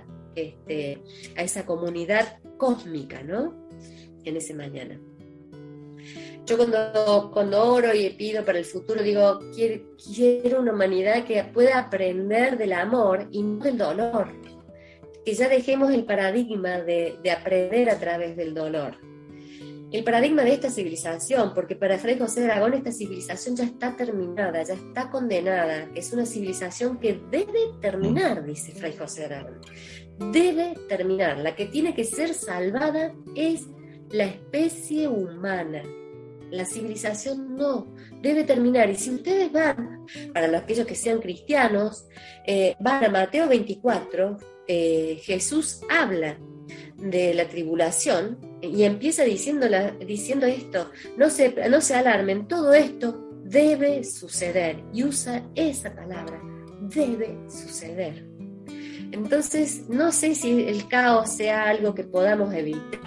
comunidad cósmica, ¿no? En ese mañana. Yo cuando oro y pido para el futuro, digo, quiero una humanidad que pueda aprender del amor y no del dolor. Que ya dejemos el paradigma de aprender a través del dolor. El paradigma de esta civilización, porque para Fray José de Aragón esta civilización ya está terminada, ya está condenada, es una civilización que debe terminar, dice Fray José de Aragón. Debe terminar. La que tiene que ser salvada es la especie humana. La civilización no, debe terminar. Y si ustedes van, para aquellos que sean cristianos, van a Mateo 24, Jesús habla de la tribulación y empieza diciendo esto: no se alarmen, todo esto debe suceder, y usa esa palabra, debe suceder. Entonces no sé si el caos sea algo que podamos evitar,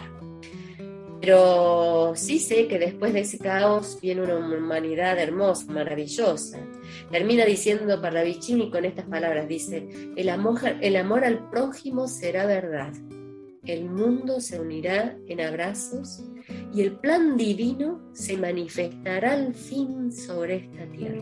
pero sí sé que después de ese caos viene una humanidad hermosa, maravillosa. Termina diciendo Parravicini con estas palabras, dice: el amor al prójimo será verdad, el mundo se unirá en abrazos y el plan divino se manifestará al fin sobre esta tierra.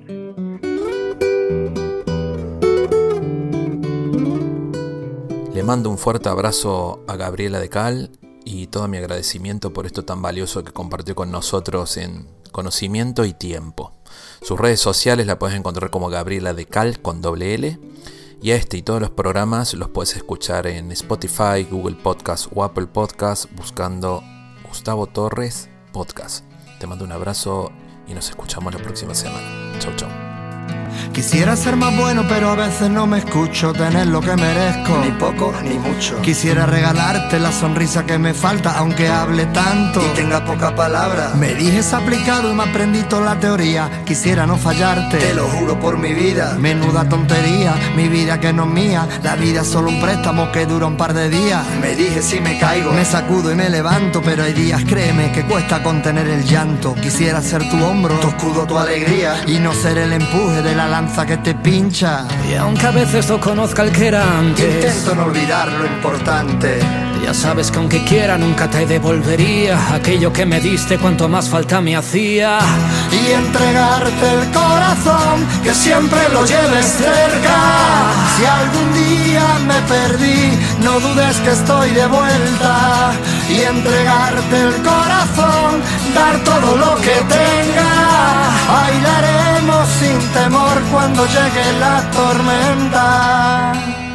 Le mando un fuerte abrazo a Gabriela de Cal y todo mi agradecimiento por esto tan valioso que compartió con nosotros en conocimiento y tiempo. Sus redes sociales la puedes encontrar como Gabriela de Cal con doble L. Y este y todos los programas los puedes escuchar en Spotify, Google Podcast o Apple Podcast buscando Gustavo Torres Podcast. Te mando un abrazo y nos escuchamos la próxima semana. Chau, chau. Quisiera ser más bueno, pero a veces no me escucho tener lo que merezco, ni poco ni mucho. Quisiera regalarte la sonrisa que me falta, aunque hable tanto y tenga poca palabra. Me dijes aplicado y me aprendí toda la teoría. Quisiera no fallarte, te lo juro por mi vida. Menuda tontería, mi vida que no es mía. La vida es solo un préstamo que dura un par de días. Me dije si me caigo, me sacudo y me levanto, pero hay días, créeme, que cuesta contener el llanto. Quisiera ser tu hombro, tu escudo, tu alegría, y no ser el empuje de la lanza que te pincha. Y aunque a veces no conozca el que era antes, intento no olvidar lo importante. Ya sabes que aunque quiera nunca te devolvería aquello que me diste, cuanto más falta me hacía. Y entregarte el corazón, que siempre lo lleves cerca. Si algún día me perdí, no dudes que estoy de vuelta. Y entregarte el corazón, dar todo lo que tenga. Bailaremos sin temor cuando llegue la tormenta.